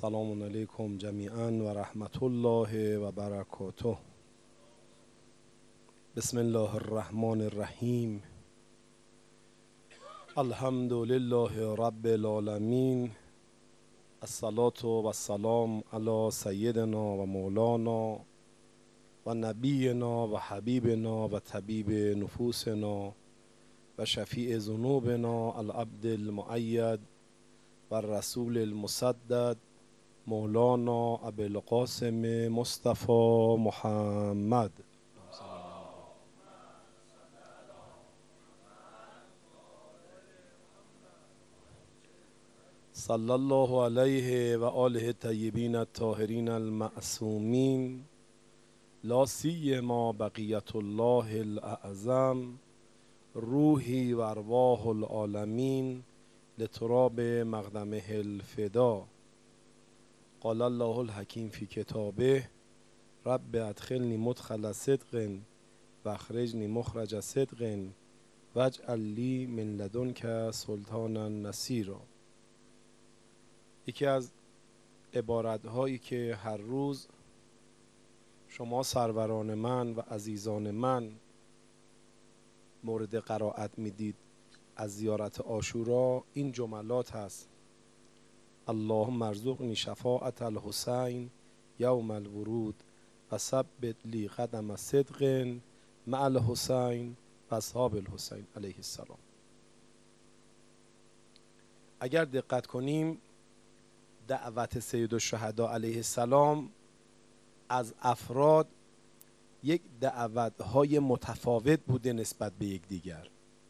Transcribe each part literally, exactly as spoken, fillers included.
السلام علیکم جمیعا و رحمت الله و برکاته. بسم الله الرحمن الرحیم. الحمد لله رب العالمین. الصلاة و السلام علی سیدنا و مولانا و نبینا و حبیبنا و طبیب نفوسنا و شفیع ذنوبنا العبد المؤید و الرسول المسدد مولانا ابوالقاسم مصطفى محمد. صلی الله علیه و آله الطیبین الطاهرین المعصومین، لا سیما بقیت الله الاعظم، روحی و ارواح العالمین لتراب مقدمه الفدا. قال الله الحکیم فی کتابه رب ادخلنی مدخل صدق و اخرجنی مخرج صدق واجعل لی من لدنک سلطانا نصیرا. یکی از عبارت هایی که هر روز شما سروران من و عزیزان من مورد قرائت میدید از زیارت عاشورا این جملات هست: اللهم ارزقنی شفاعت الحسین یوم الورود و ثبت لی قدم صدق مع الحسین و اصحاب الحسین علیه السلام. اگر دقت کنیم دعوت سید الشهدا علیه السلام از افراد یک دعوت‌های متفاوت بوده نسبت به یکدیگر.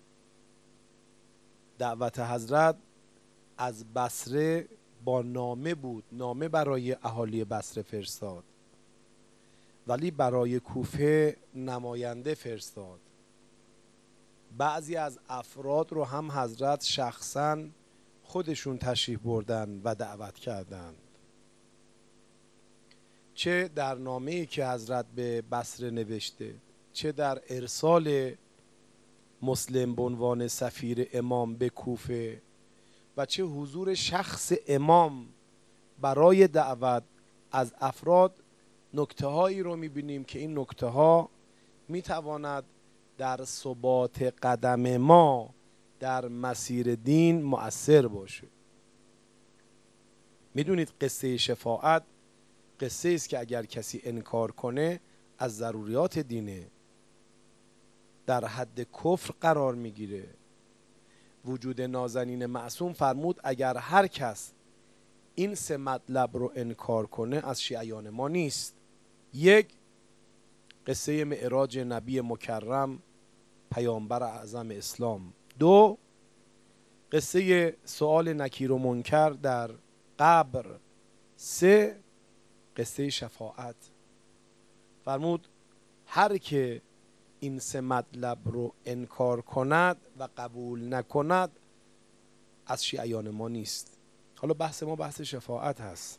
دعوت حضرت از بصره با نامه بود، نامه برای اهالی بصره فرستاد، ولی برای کوفه نماینده فرستاد. بعضی از افراد رو هم حضرت شخصاً خودشون تشریف بردن و دعوت کردند. چه در نامه‌ای که حضرت به بصره نوشته، چه در ارسال مسلم به عنوان سفیر امام به کوفه و چه حضور شخص امام برای دعوت از افراد، نکته هایی رو میبینیم که این نکته ها میتواند در ثبات قدم ما در مسیر دین مؤثر باشه. میدونید قصه شفاعت قصه است که اگر کسی انکار کنه از ضروریات دینه، در حد کفر قرار میگیره. وجود نازنین معصوم فرمود اگر هر کس این سه مطلب رو انکار کنه از شیعیان ما نیست. یک، قصه معراج نبی مکرم پیامبر اعظم اسلام. دو، قصه سؤال نکیر و منکر در قبر. سه، قصه شفاعت. فرمود هر که این سه مطلب رو انکار کند و قبول نکند از شیعیان ما نیست. حالا بحث ما بحث شفاعت هست.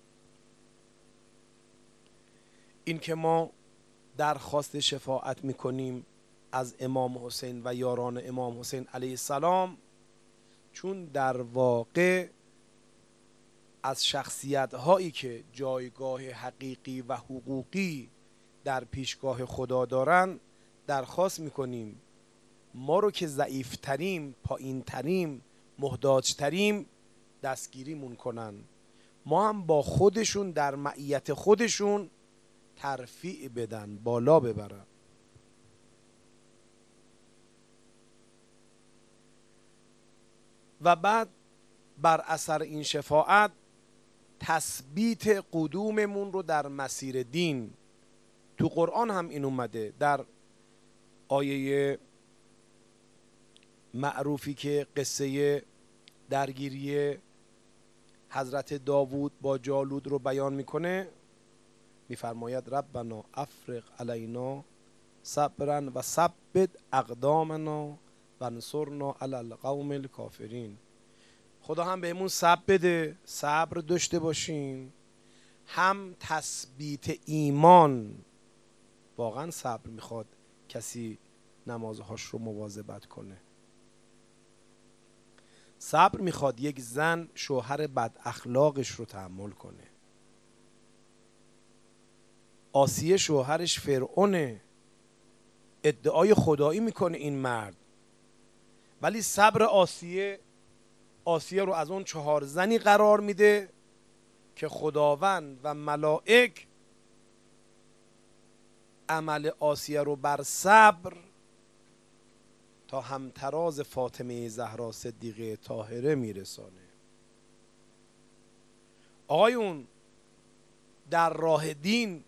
این که ما درخواست شفاعت میکنیم از امام حسین و یاران امام حسین علیه السلام، چون در واقع از شخصیت هایی که جایگاه حقیقی و حقوقی در پیشگاه خدا دارن درخواست میکنیم ما رو که ضعیفتریم، پایین تریم، محتاج تریم دستگیریمون کنن، ما هم با خودشون در معیت خودشون ترفیع بدن، بالا ببرن. و بعد بر اثر این شفاعت تثبیت قدوممون رو در مسیر دین. تو قرآن هم این اومده در آیه معروفی که قصه درگیری حضرت داوود با جالود رو بیان میکنه، میفرماید ربنا افرغ علینا صبرا و ثبت اقدامنا و انصرنا علی القوم الکافرین. خدا هم بهمون صبر بده، صبر داشته باشیم، هم تثبیت ایمان. واقعا صبر میخواد کسی نمازهاش رو مواظبت کنه. صبر میخواد یک زن شوهر بد اخلاقش رو تحمل کنه. آسیه شوهرش فرعونه، ادعای خدایی میکنه این مرد، ولی صبر آسیه آسیه رو از اون چهار زنی قرار میده که خداوند و ملائک عمل آسیه رو بر صبر تا همتراز فاطمه زهرا صدیقه طاهره میرسانه. آقایون، در راه دین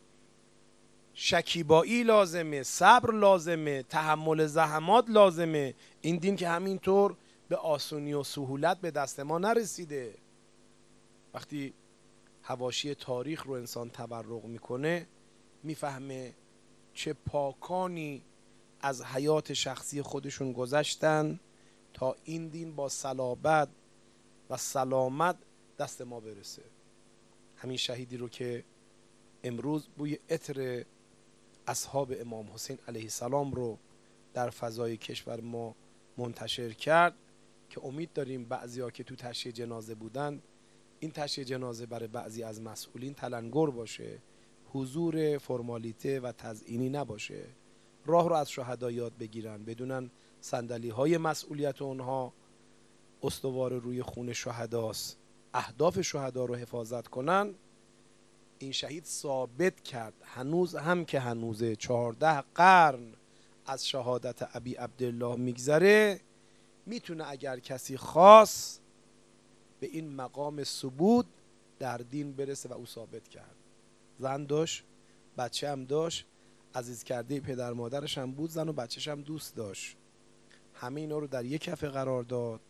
شکیبایی لازمه، صبر لازمه، تحمل زحمات لازمه. این دین که همینطور به آسونی و سهولت به دست ما نرسیده. وقتی حواشی تاریخ رو انسان تبرق میکنه میفهمه چه پاکانی از حیات شخصی خودشون گذشتن تا این دین با صلابت و سلامت دست ما برسه. همین شهیدی رو که امروز بوی عطر اصحاب امام حسین علیه السلام رو در فضای کشور ما منتشر کرد که امید داریم بعضیا که تو تشییع جنازه بودند این تشییع جنازه برای بعضی از مسئولین تلنگر باشه، حضور فرمالیته و تزیینی نباشه، راه رو از شهدا یاد بگیرن، بدونن صندلی های مسئولیت اونها استوار روی خون شهداست، اهداف شهدا رو حفاظت کنن. این شهید ثابت کرد هنوز هم که هنوزه چهارده قرن از شهادت ابی عبدالله میگذره، میتونه اگر کسی خواست به این مقام ثبوت در دین برسه و او ثابت کرد. زن داشت، بچه هم داشت، عزیز کرده پدر مادرش هم بود، زن و بچهش هم دوست داشت، همه اینا رو در یک کفه قرار داد.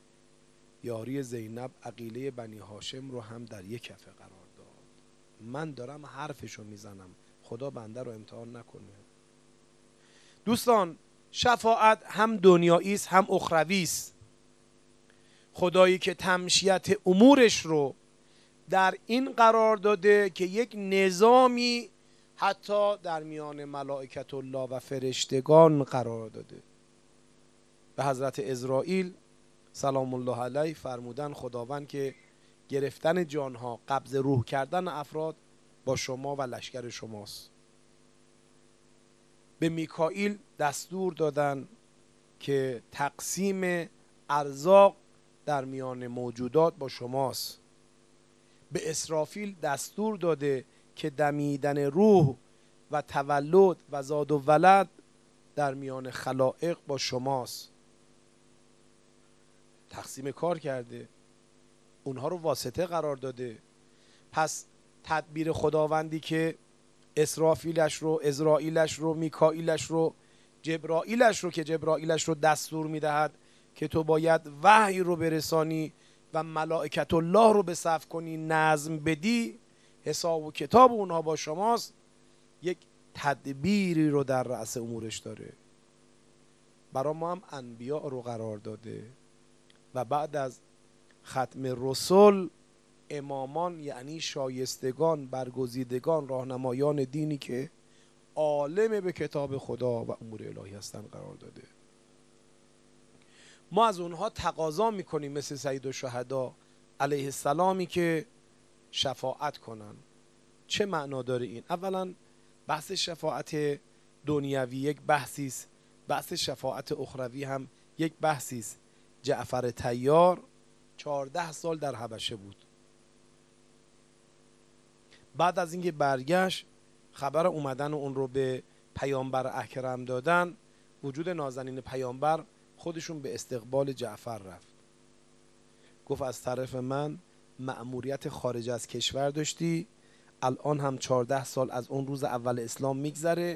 یاری زینب عقیله بنی هاشم رو هم در یک کفه قرار داد. من دارم حرفشو میزنم، خدا بنده رو امتحان نکنه. دوستان، شفاعت هم دنیایی است هم اخروی است. خدایی که تمشیت امورش رو در این قرار داده که یک نظامی حتی در میان ملائکت الله و فرشتگان قرار داده. به حضرت اسرائیل سلام الله علیه فرمودن خداوند که گرفتن جانها، قبض روح کردن افراد با شما و لشکر شماست. به میکائیل دستور دادن که تقسیم ارزاق در میان موجودات با شماست. به اسرافیل دستور داده که دمیدن روح و تولد و زاد و ولد در میان خلائق با شماست. تقسیم کار کرده، اونها رو واسطه قرار داده. پس تدبیر خداوندی که اسرافیلش رو، ازرائیلش رو، میکائیلش رو، جبرائیلش رو که جبرائیلش رو دستور میدهد که تو باید وحی رو برسانی و ملائکت الله رو به صف کنی، نظم بدی، حساب و کتاب اونها با شماست. یک تدبیری رو در رأس امورش داره. برای ما هم انبیاء رو قرار داده و بعد از ختم رسول امامان، یعنی شایستگان، برگزیدگان، راهنمایان دینی که عالم به کتاب خدا و امور الهی هستن قرار داده. ما از اونها تقاضا میکنیم مثل سید الشهدا علیه السلامی که شفاعت کنن. چه معنا داره این؟ اولا بحث شفاعت دنیوی یک بحثی است، بحث شفاعت اخروی هم یک بحثی است. جعفر طیار چهارده سال در حبشه بود. بعد از اینکه برگشت خبر اومدن اون رو به پیامبر اکرم دادن، وجود نازنین پیامبر خودشون به استقبال جعفر رفت. گفت از طرف من مأموریت خارج از کشور داشتی، الان هم چهارده سال از اون روز اول اسلام میگذره،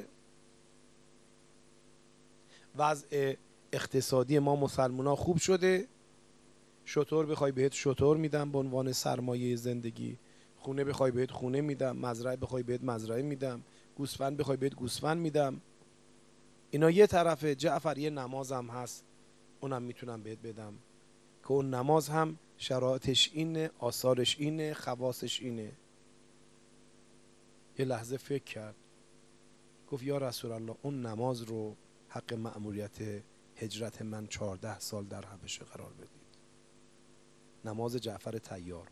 وضع اقتصادی ما مسلمان ها خوب شده، شطور بخوای بهت شطور میدم به عنوان سرمایه زندگی، خونه بخوای بهت خونه میدم، مزرعه بخوای بهت مزرعه میدم، گوسفند بخوای بهت گوسفند میدم. اینا یه طرفه. جعفر یه نمازم هست اونم میتونم بهت بدم که اون نماز هم شرایطش اینه، آثارش اینه، خواصش اینه. یه لحظه فکر کرد، گفت یا رسول الله اون نماز رو حق مأموریت هجرت من چهارده سال در حبشه قرار بدید. نماز جعفر طیار.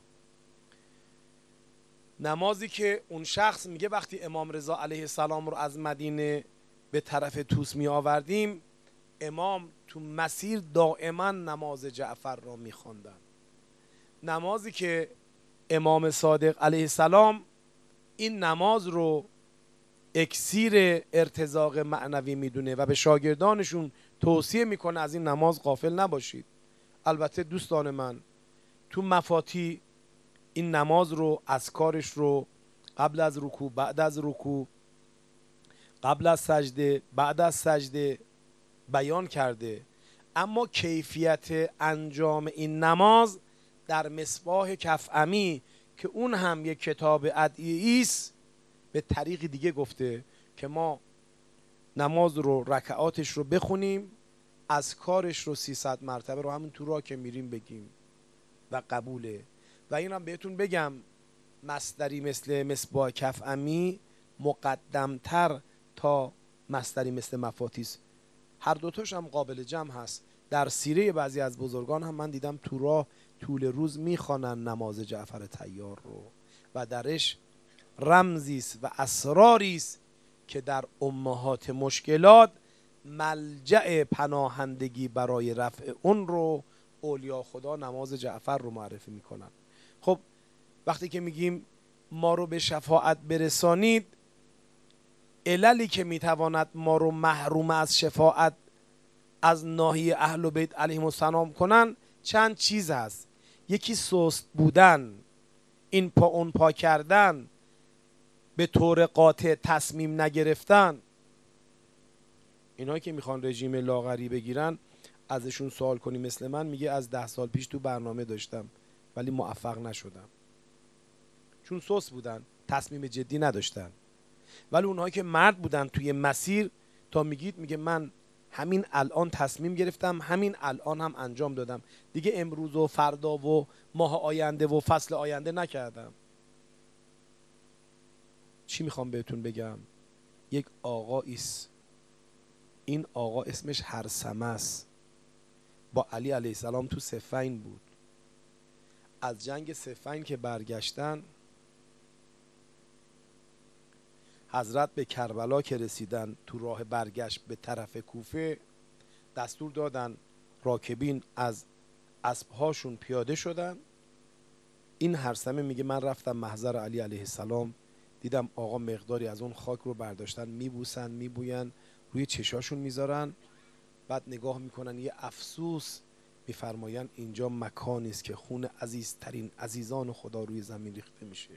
نمازی که اون شخص میگه وقتی امام رضا علیه السلام رو از مدینه به طرف طوس می آوردیم، امام تو مسیر دائما نماز جعفر را میخواندن. نمازی که امام صادق علیه السلام این نماز رو اکسیر ارتزاق معنوی میدونه و به شاگردانشون توصیه میکنه از این نماز غافل نباشید. البته دوستان من، تو مفاتی این نماز رو، اذکارش رو قبل از رکوع، بعد از رکوع، قبل از سجده، بعد از سجده بیان کرده، اما کیفیت انجام این نماز در مصباح کفعمی که اون هم یک کتاب ادعیه‌ای است به طریق دیگه گفته که ما نماز رو، رکعاتش رو بخونیم، اذکارش رو سیصد مرتبه رو همون تو راه که میریم بگیم و قبوله. و این هم بهتون بگم مصدری مثل مصباح کفعمی مقدمتر تا مصدری مثل مفاتیس. هر دوتاش هم قابل جمع هست. در سیره بعضی از بزرگان هم من دیدم تو راه طول روز میخوانن نماز جعفر طیار رو و درش رمزی است و اسراری است که در امهات مشکلات ملجأ پناهندگی برای رفع اون رو اولیا خدا نماز جعفر رو معرفی میکنن. خب وقتی که میگیم ما رو به شفاعت برسانید، عللی که میتواند ما رو محروم از شفاعت از ناحیه اهل بیت علیهم السلام کنن چند چیز هست. یکی سست بودن، این پا اون پا کردن، به طور قاطع تصمیم نگرفتن. اینایی که میخوان رژیم لاغری بگیرن ازشون سوال کنی مثل من، میگه از ده سال پیش تو برنامه داشتم ولی موفق نشدم، چون سست بودن، تصمیم جدی نداشتن. ولی اونهایی که مرد بودن توی مسیر، تا میگید میگه من همین الان تصمیم گرفتم، همین الان هم انجام دادم، دیگه امروز و فردا و ماه آینده و فصل آینده نکردم. چی میخوام بهتون بگم؟ یک آقاییست، این آقا اسمش هرثمه است، با علی علیه السلام تو صفین بود. از جنگ صفین که برگشتن، حضرت به کربلا که رسیدن، تو راه برگشت به طرف کوفه دستور دادن راکبین از اسبهاشون پیاده شدن. این هرثمه میگه من رفتم محضر علی علیه السلام، دیدم آقا مقداری از اون خاک رو برداشتن میبوسن میبوین، روی چشاشون میذارن، بعد نگاه میکنن، یه افسوس میفرماین اینجا مکانی است که خون عزیزترین عزیزان خدا روی زمین ریخته میشه،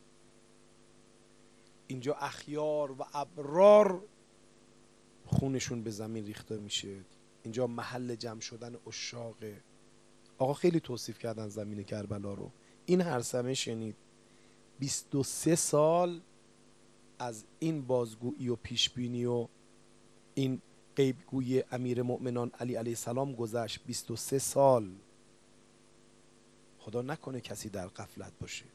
اینجا اخیار و ابرار خونشون به زمین ریخته میشه، اینجا محل جمع شدن عشاقه. آقا خیلی توصیف کردن زمین کربلا رو. این هرثمه شنید. بیست و سه سال از این بازگویی و پیشبینی و این غیبگویی امیر مؤمنان علی علیه السلام گذشت. بیست و سه سال. خدا نکنه کسی در غفلت باشه.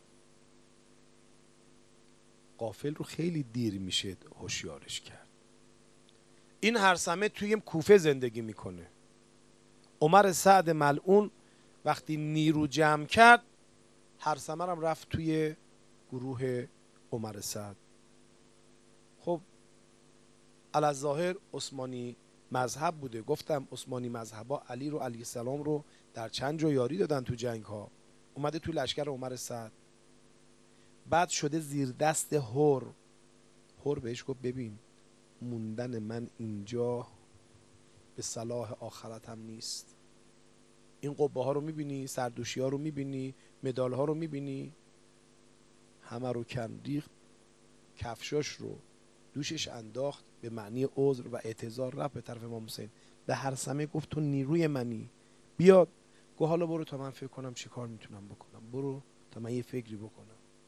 غافل رو خیلی دیر میشه هوشیارش کرد. این هرثمه توی کوفه زندگی میکنه. عمر سعد ملعون وقتی نیرو جمع کرد، هرثمه هم رفت توی گروه عمر سعد. خب الظاهر عثمانی مذهب بوده. گفتم عثمانی مذهبا علی رو علیه السلام رو در چند جا یاری دادن تو جنگ ها. اومده تو لشکر عمر سعد، بعد شده زیر دست هر. هر بهش گفت ببین موندن من اینجا به صلاح آخرتم نیست. این قبه ها رو میبینی، سردوشی ها رو میبینی، مدال ها رو میبینی، همه رو کن ریخت، کفشاش رو دوشش انداخت، به معنی عذر و اعتذار رفت به طرف امام حسین. به هرثمه گفت تو نیروی منی، بیاد. گفت حالا برو تا من فکر کنم چی کار میتونم بکنم، برو تا من یه فکری بکنم.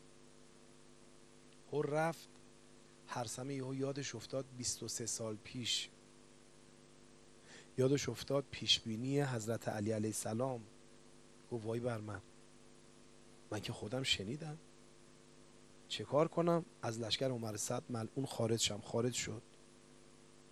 هر رفت. هرثمه یهو یادش افتاد بیست و سه سال پیش، یادش افتاد پیشبینی حضرت علی علیه السلام. گفت وای بر من، من که خودم شنیدم، چه کار کنم؟ از لشکر عمر سعد ملعون خارج شم. خارج شد،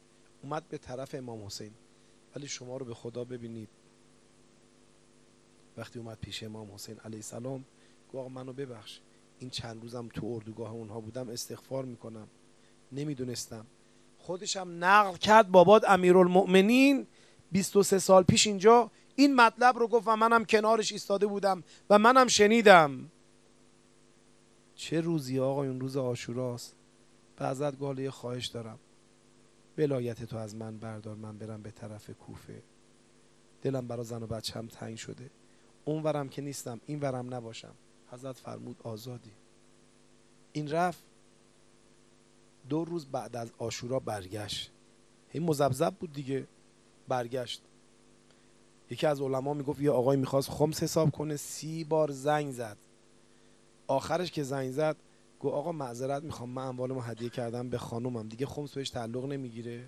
اومد به طرف امام حسین. ولی شما رو به خدا ببینید، وقتی اومد پیش امام حسین علیه السلام گفت آقا منو ببخش، این چند روزم تو اردوگاه اونها بودم استغفار میکنم، نمیدونستم. خودشم نقل کرد بابات امیرالمؤمنین بیست و سه سال پیش اینجا این مطلب رو گفت و منم کنارش ایستاده بودم و منم شنیدم. چه روزی آقا؟ اون روز عاشوراست. به ازت گاله یه خواهش دارم، ولایت تو از من بردار، من برم به طرف کوفه. دلم برا زن و بچه‌م تنگ شده، اون ورم که نیستم این ورم نباشم. حضرت فرمود آزادی. این رفت، دو روز بعد از عاشورا برگشت. این مذبذب بود دیگه، برگشت. یکی از علما میگفت یه آقای میخواست خمس حساب کنه، سی بار زنگ زد. آخرش که زنگ زد گفت آقا معذرت میخوام، من اموالمو هدیه کردم به خانومم، دیگه خمس بهش تعلق نمیگیره.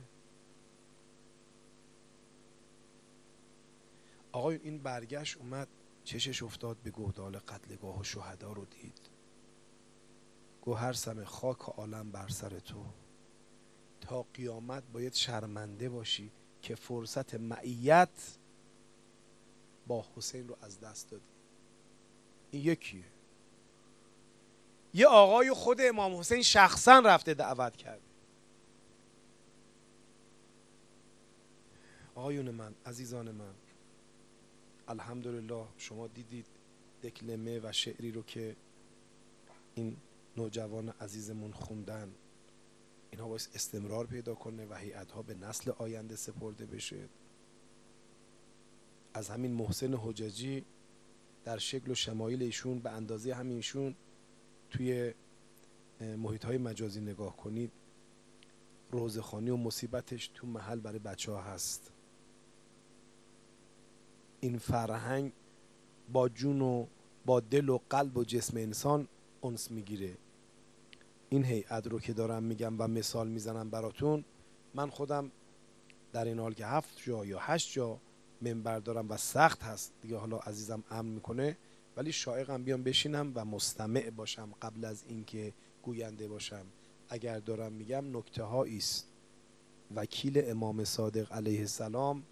آقای این برگشت اومد، چشش افتاد به گودال قتلگاه و شهدا رو دید. گو هر سم خاک عالم بر سر تو، تا قیامت باید شرمنده باشی که فرصت معیت با حسین رو از دست دادی. این یکیه. یه آقای خود امام حسین شخصا رفته دعوت کرده. آقایون من، عزیزان من، الحمدلله شما دیدید دکلمه و شعری رو که این نوجوان عزیزمون خوندن، اینها باید استمرار پیدا کنه و هیئت‌ها به نسل آینده سپرده بشه. از همین محسن حججی در شکل و شمایل ایشون به اندازه همینشون توی محیط‌های مجازی نگاه کنید، روزخوانی و مصیبتش تو محل برای بچه ها هست. این فرهنگ با جون و با دل و قلب و جسم انسان انس میگیره. این هیئت رو که دارم میگم و مثال میزنم براتون، من خودم در این حال که هفت جا یا هشت جا منبر دارم و سخت هست دیگه، حالا عزیزم امن میکنه، ولی شایقم بیام بشینم و مستمع باشم قبل از اینکه گوینده باشم. اگر دارم میگم نکته هایی است. وکیل امام صادق علیه السلام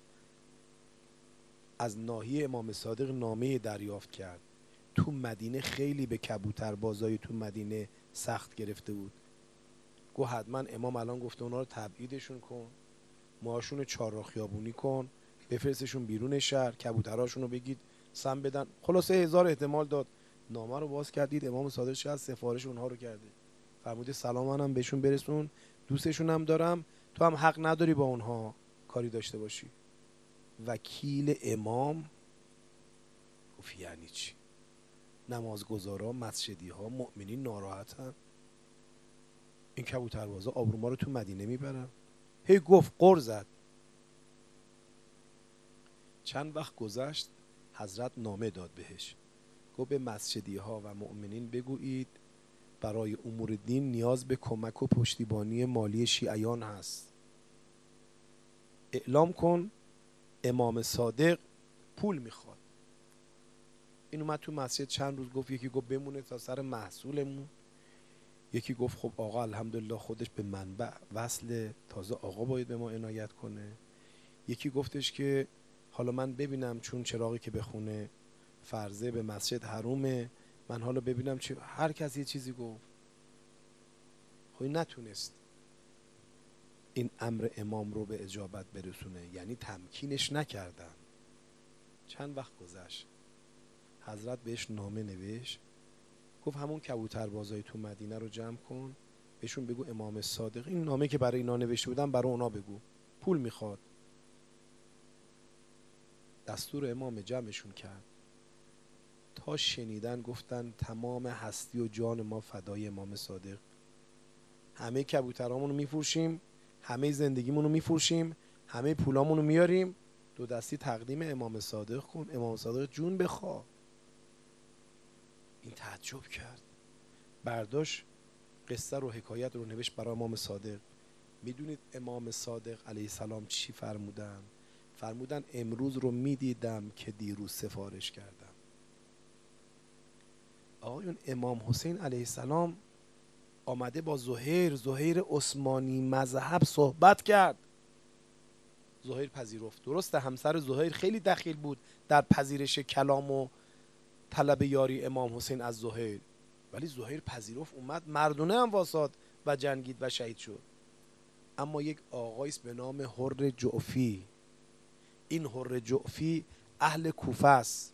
از ناحیه امام صادق نامه دریافت کرد. تو مدینه خیلی به کبوتر بازای تو مدینه سخت گرفته بود. گو حتما امام الان گفته اونا رو تبعیدشون کن، موهاشون چهار خیابونی کن، بفرستشون بیرون شهر، کبوتراشون رو بگید سم بدن. خلاصه هزار احتمال داد. نامه رو باز کردید، امام صادق چقدر سفارش اونها رو کرده. فرموده سلام منم بهشون برسون، دوستشون هم دارم، تو هم حق نداری با اونها کاری داشته باشی. وکیل امام گفت یعنی چی؟ نمازگزارا، مسجدی ها، مؤمنین ناراحتن، این کبوتربازا آبروما رو تو مدینه میبرن. هی گفت قر زد. چند وقت گذشت، حضرت نامه داد بهش، گفت به مسجدی ها و مؤمنین بگویید برای امور دین نیاز به کمک و پشتیبانی مالی شیعیان هست. اعلام کن امام صادق پول میخواد. این اومد تو مسجد چند روز گفت، یکی گفت بمونه تا سر محصولمون، یکی گفت خب آقا الحمدلله خودش به منبع وصل، تازه آقا باید به ما عنایت کنه. یکی گفتش که حالا من ببینم چون چراغی که بخونه فرضه به مسجد حرومه، من حالا ببینم چه. هر کسی یه چیزی گفت. خب نتونست این امر امام رو به اجابت برسونه، یعنی تمکینش نکردن. چند وقت گذشت، حضرت بهش نامه نوشت، گفت همون کبوتربازای تو مدینه رو جمع کن، بهشون بگو امام صادق این نامه که برای اینا نوشته بودن برای اونا بگو، پول میخواد. دستور امام جمعشون کرد. تا شنیدن گفتن تمام هستی و جان ما فدای امام صادق، همه کبوترامونو میفروشیم، همه زندگیمونو میفروشیم، همه پولامونو میاریم، دو دستی تقدیم امام صادق کن، امام صادق جون بخوا. این تعجب کرد، برداشت قصه رو حکایت رو نوشت برای امام صادق. میدونید امام صادق علیه السلام چی فرمودن؟ فرمودن امروز رو میدیدم که دیروز سفارش کردم. آقایون امام حسین علیه السلام آمده با زهیر، زهیر عثمانی مذهب صحبت کرد. زهیر پذیرفت. درسته همسر زهیر خیلی دخیل بود در پذیرش کلام و طلب یاری امام حسین از زهیر، ولی زهیر پذیرفت، اومد مردونه هم واساد و جنگید و شهید شد. اما یک آقایی است به نام حر جعفی. این حر جعفی اهل کوفه است،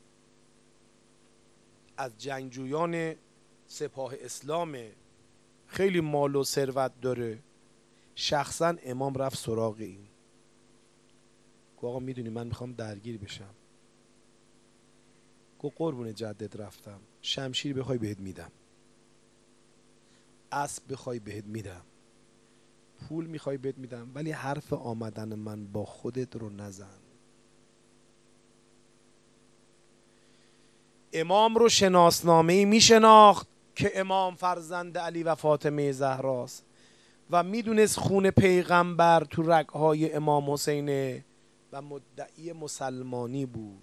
از جنگجویان سپاه اسلامه، خیلی مال و ثروت داره. شخصا امام رفت سراغ این، گفت آقا میدونی من میخوام درگیر بشم. گفت قربون جدت رفتم، شمشیر بخوای بهت میدم، اسب بخوای بهت میدم، پول میخوای بهت میدم، ولی حرف آمدن من با خودت رو نزن. امام رو شناسنامه‌ای میشناخت که امام فرزند علی و فاطمه زهراست و میدونست خون پیغمبر تو رگ‌های امام حسینه و مدعی مسلمانی بود.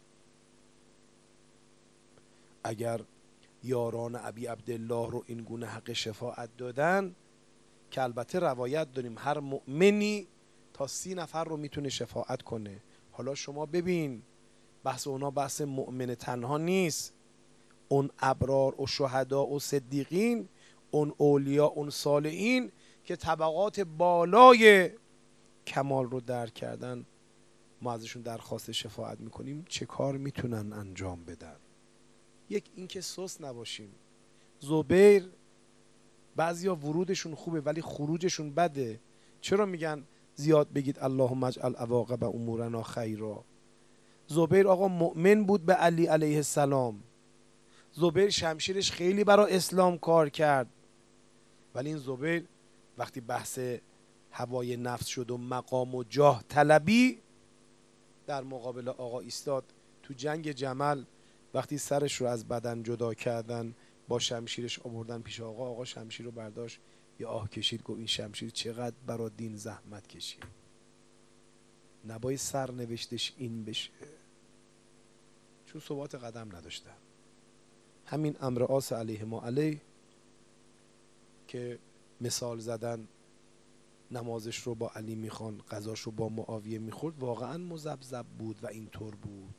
اگر یاران ابی عبدالله رو این گونه حق شفاعت دادن، که البته روایت داریم هر مؤمنی تا سی نفر رو میتونه شفاعت کنه. حالا شما ببین بحث اونا بحث مؤمن تنها نیست، اون ابرار و شهدا و صدیقین، اون اولیا، اون صالحین که طبقات بالای کمال رو درک کردن، ما ازشون درخواست شفاعت میکنیم، چه کار میتونن انجام بدن. یک اینکه سست نباشیم. زبیر بعضیا ورودشون خوبه ولی خروجشون بده. چرا میگن زیاد بگید اللهم اجعل عواقب امورنا خیرا؟ زبیر آقا مؤمن بود به علی علیه السلام، زبیر شمشیرش خیلی برای اسلام کار کرد، ولی این زبیر وقتی بحث هوای نفس شد و مقام و جاه طلبی، در مقابل آقا ایستاد. تو جنگ جمل وقتی سرش رو از بدن جدا کردن با شمشیرش آوردن پیش آقا، آقا شمشیر رو برداشت یه آه کشید، گفت این شمشیر چقدر برای دین زحمت کشید، نباید سرنوشتش این بشه. چون ثبات قدم نداشتن. همین امر عاص علیه ما علیه که مثال زدن نمازش رو با علی میخوان، غذاش رو با معاویه میخورد، واقعا مذبذب بود و اینطور بود.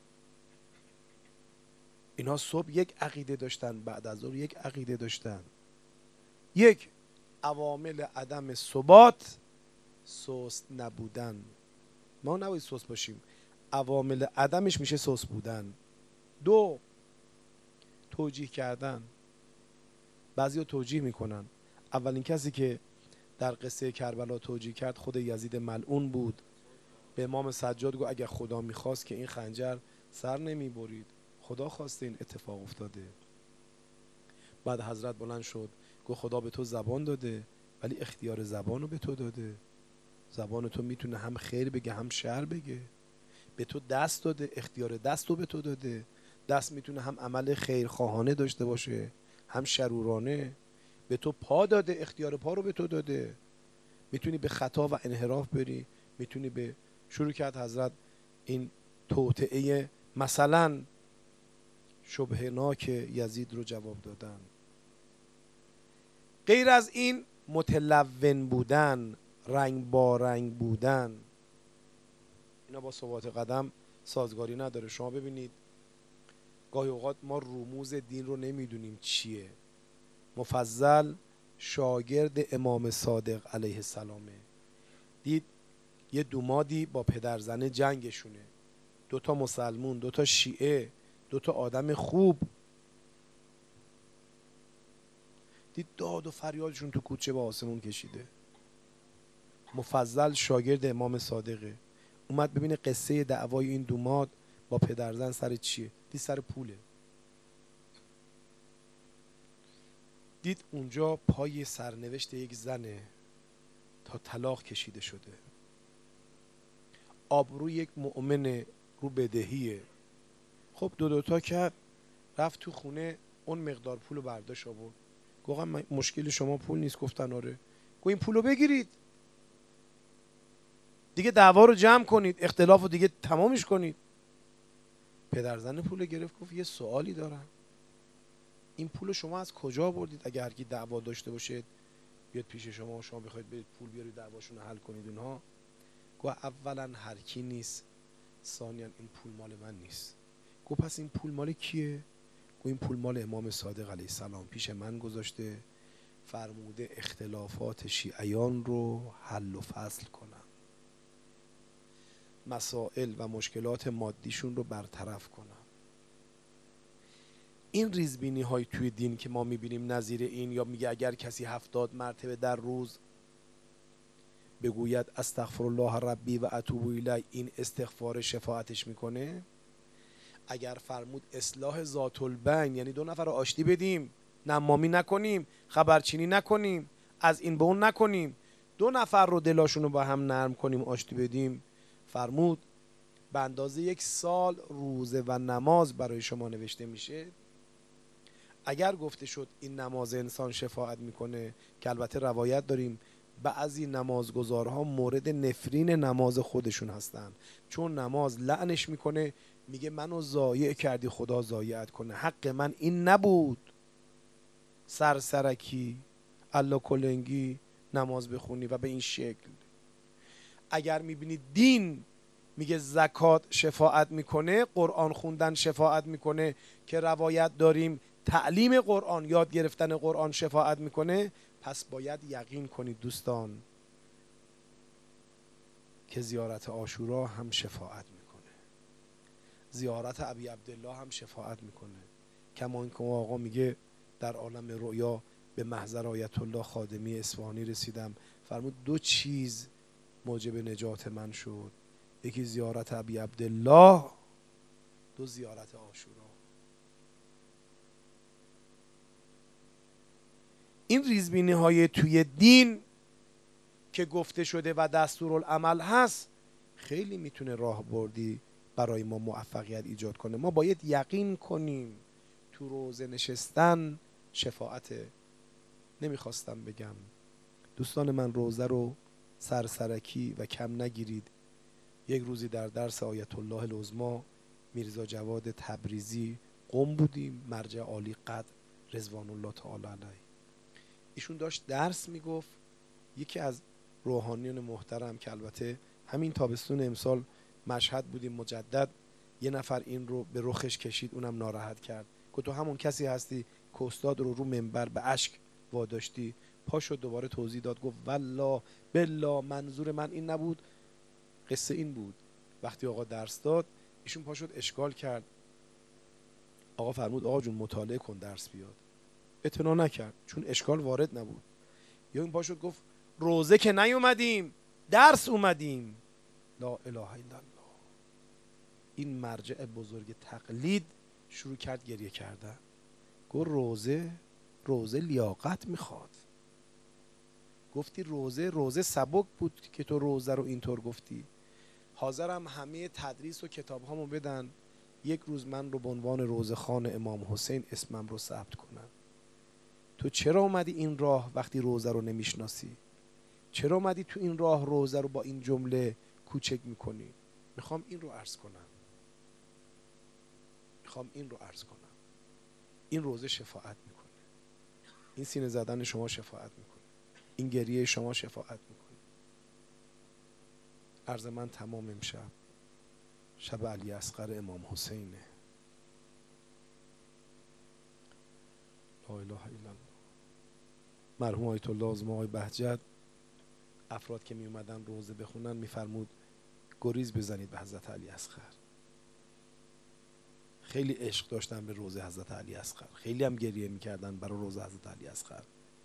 اینها صبح یک عقیده داشتن، بعد از ظهر یک عقیده داشتن. یک، عوامل عدم ثبات سست نبودن. ما نباید سست باشیم، عوامل عدمش میشه سست بودن. دو، توجیه کردن. بعضیا توجیه میکنن. اولین کسی که در قصه کربلا توجیه کرد خود یزید ملعون بود. به امام سجاد گفت اگر خدا میخواست که این خنجر سر نمیبرید، خدا خواسته این اتفاق افتاده. بعد حضرت بلند شد گفت خدا به تو زبان داده ولی اختیار زبان رو به تو داده، زبان تو میتونه هم خیر بگه هم شر بگه. به تو دست داده، اختیار دست رو به تو داده، دست میتونه هم عمل خیرخواهانه داشته باشه هم شرورانه. به تو پا داده، اختیار پا رو به تو داده، میتونی به خطا و انحراف بری، میتونی به شروع کرد حضرت این توطئه مثلا شبهناک یزید رو جواب دادن. غیر از این متلون بودن، رنگ با رنگ بودن، اینا با ثبات قدم سازگاری نداره. شما ببینید گاهی اوقات ما رموز دین رو نمیدونیم چیه. مفضل شاگرد امام صادق علیه السلامه، دید یه دومادی با پدرزنه جنگشونه، دوتا مسلمون، دوتا شیعه، دوتا آدم خوب، دید داد و فریادشون تو کوچه با آسمون کشیده. مفضل شاگرد امام صادقه، اومد ببینه قصه دعوای این دوماد با پدرزن سر چیه، دید سر پوله. دید اونجا پای سرنوشت یک زنه تا طلاق کشیده شده، آبروی یک مؤمن رو بدهیه. خب دو دوتا کرد، رفت تو خونه، اون مقدار پولو برداشت آورد. گفتم مشکل شما پول نیست؟ گفتن آره. گفت این پولو بگیرید دیگه دعوا رو جمع کنید، اختلاف رو دیگه تمامش کنید. پدرزن پول گرفت، گفت یه سوالی دارم، این پول شما از کجا بردید؟ اگر هرکی دعوا داشته باشه بیاد پیش شما و شما بخواید برید پول بیارید دعواشون رو حل کنید اونها. گفت اولا هر کی نیست، ثانیا این پول مال من نیست. گفت پس این پول مال کیه؟ گفت این پول مال امام صادق علیه السلام پیش من گذاشته، فرموده اختلافات شیعیان رو حل و فصل کنم، مسائل و مشکلات مادیشون رو برطرف کنم. این ریزبینی های توی دین که ما میبینیم نظیر این، یا میگه اگر کسی هفتاد مرتبه در روز بگوید استغفر الله ربی و اتوب الیه، این استغفار شفاعتش میکنه. اگر فرمود اصلاح ذات البین، یعنی دو نفر آشتی بدیم، نمامی نکنیم، خبرچینی نکنیم، از این به اون نکنیم، دو نفر رو دلاشون رو با هم نرم کنیم، آشتی بدیم، فرمود به اندازه یک سال روزه و نماز برای شما نوشته میشه. اگر گفته شد این نماز انسان شفاعت میکنه، که البته روایت داریم بعضی نمازگزارها مورد نفرین نماز خودشون هستن، چون نماز لعنش میکنه، میگه منو ضایع کردی، خدا ضایعت کنه، حق من این نبود سرسرکی الله کلنگی نماز بخونی و به این شکل. اگر میبینید دین میگه زکات شفاعت میکنه، قرآن خوندن شفاعت میکنه، که روایت داریم تعلیم قرآن، یاد گرفتن قرآن شفاعت میکنه، پس باید یقین کنید دوستان که زیارت عاشورا هم شفاعت میکنه، زیارت ابی عبدالله هم شفاعت میکنه. کما اینکه آقا میگه در عالم رؤیا به محضر آیت الله خادمی اصفهانی رسیدم، فرمود دو چیز موجب نجات من شد، یکی زیارت ابی عبدالله، دو زیارت عاشورا. این ریزبینی های توی دین که گفته شده و دستورالعمل هست، خیلی میتونه راهبردی برای ما موفقیت ایجاد کنه. ما باید یقین کنیم تو روزه نشستن شفاعته. نمیخواستم بگم دوستان من، روزه رو سرسرکی و کم نگیرید. یک روزی در درس آیت الله العظمی میرزا جواد تبریزی قم بودیم، مرجع عالی قدر رضوان الله تعالی علیه، ایشون داشت درس میگفت. یکی از روحانیون محترم که البته همین تابستون امسال مشهد بودیم مجدد، یه نفر این رو به رخش کشید، اونم ناراحت کرد، گفت تو همون کسی هستی که استاد رو رو منبر به اشک واداشتی؟ پا شد دوباره توضیح داد، گفت والله بالله منظور من این نبود. قصه این بود وقتی آقا درس داد، ایشون پا شد اشکال کرد، آقا فرمود آقا جون مطالعه کن درس بیاد، اعتنا نکرد چون اشکال وارد نبود. یا این پا شد گفت روزه که نیومدیم درس اومدیم. لا اله الا الله. این مرجع بزرگ تقلید شروع کرد گریه کردن، گفت روزه روزه لیاقت میخواد. گفتی روزه روزه سبک بود که تو روزه رو اینطور گفتی. حاضرم همه تدریس و کتاب هامو بدن، یک روز من رو به عنوان روزه خان امام حسین اسمم رو ثبت کنن. تو چرا اومدی این راه وقتی روزه رو نمیشناسی؟ چرا اومدی تو این راه روزه رو با این جمله کوچک میکنی؟ میخوام این رو عرض کنم، میخوام این رو عرض کنم این روزه شفاعت میکنه، این سینه زدن شما شفاعت میکنه، این گریه شما شفاعت میکنه. عرض من تمام امشب شب علی اصغر امام حسینه. لا اله الا الله. مرحوم آیت الله عظمی آقای بهجت افراد که می اومدن روزه بخونن میفرمود گریز بزنید به حضرت علی اصغر. خیلی عشق داشتن به روزه حضرت علی اصغر، خیلی هم گریه میکردن برای روزه حضرت علی اصغر.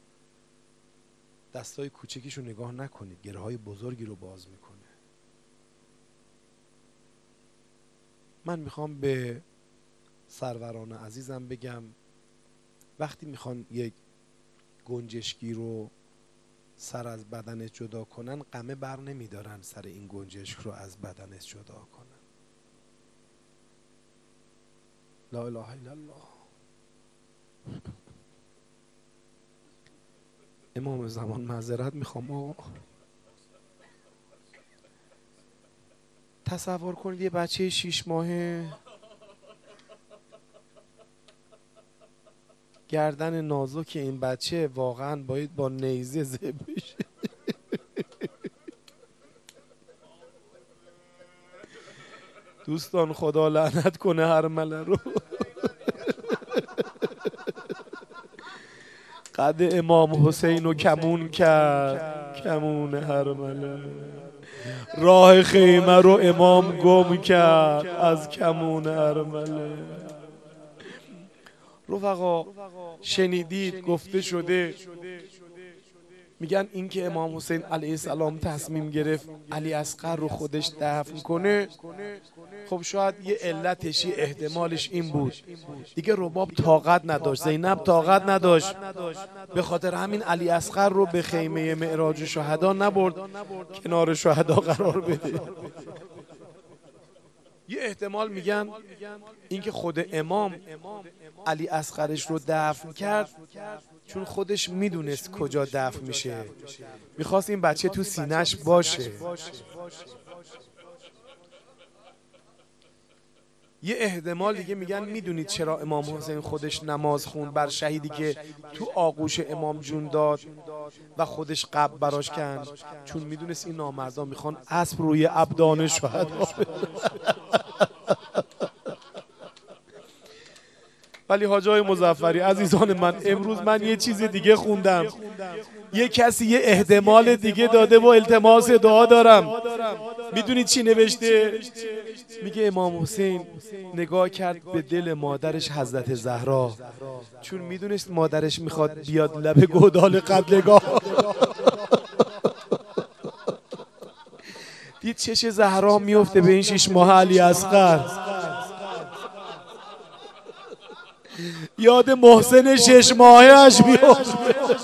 دستای کوچکیشو نگاه نکنید، گره های بزرگی رو باز میکنه. من میخوام به سروران عزیزم بگم وقتی میخوان یک گنجشکی رو سر از بدنش جدا کنن، قمه بر نمیدارن سر این گنجشک رو از بدنش جدا کنن. لا اله الا الله. امام زمان معذرت میخوام آقا، تصور کنید یه بچه شیش ماهه گردن نازک این بچه واقعا باید با نیزه ذبح بشه. دوستان خدا لعنت کنه هرمله رو. قد امام حسین رو کمون کرد کمون هرمله، راه خیمه رو امام گم کرد از کمون هرمله. رفقا شنیدید گفته شده، میگن این که امام حسین علیه السلام تصمیم گرفت علی اصغر رو خودش دفن کنه، خب شاید یه علتش یه احتمالش این بود دیگه رباب طاقت نداشت، زینب طاقت نداشت، به خاطر همین علی اصغر رو به خیمه معراج شهدا نبرد کنار شهدا قرار بده. یه احتمال میگن اینکه خود امام علی اصغرش رو دفن کرد چون خودش میدونست کجا دفن میشه، میخواست این بچه تو سینه‌اش باشه. یه احتمال دیگه میگن میدونید چرا امام حسین خودش نماز خوند بر شهیدی که تو آغوش امام جون داد و خودش قبر براش کند؟ چون میدونست این نامردا میخوان اسب روی ابدان شهدا. ولی حاجای مظفری عزیزان من، امروز من یه چیز دیگه خوندم، یه کسی یه احتمال دیگه داده و التماس دعا دارم. میدونید چی نوشته؟ میگه امام حسین نگاه کرد به دل مادرش حضرت زهرا، چون میدونست مادرش میخواد بیاد لب گودال قتلگاه. دید چش زهرا میفته به این شش ماه علی اصغر، یاد محسن شش ماهه اش میفته.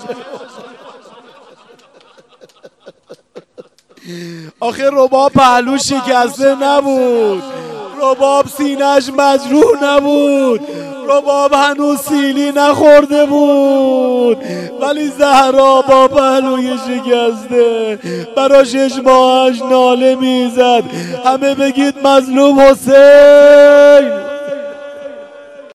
آخه رباب پهلوش شکسته نبود، رباب سینه‌اش مجروح نبود، رباب هنوز سیلی نخورده بود، ولی زهرا با پهلوی شکسته برا شش ماهش ناله میزد. همه بگید مظلوم حسین.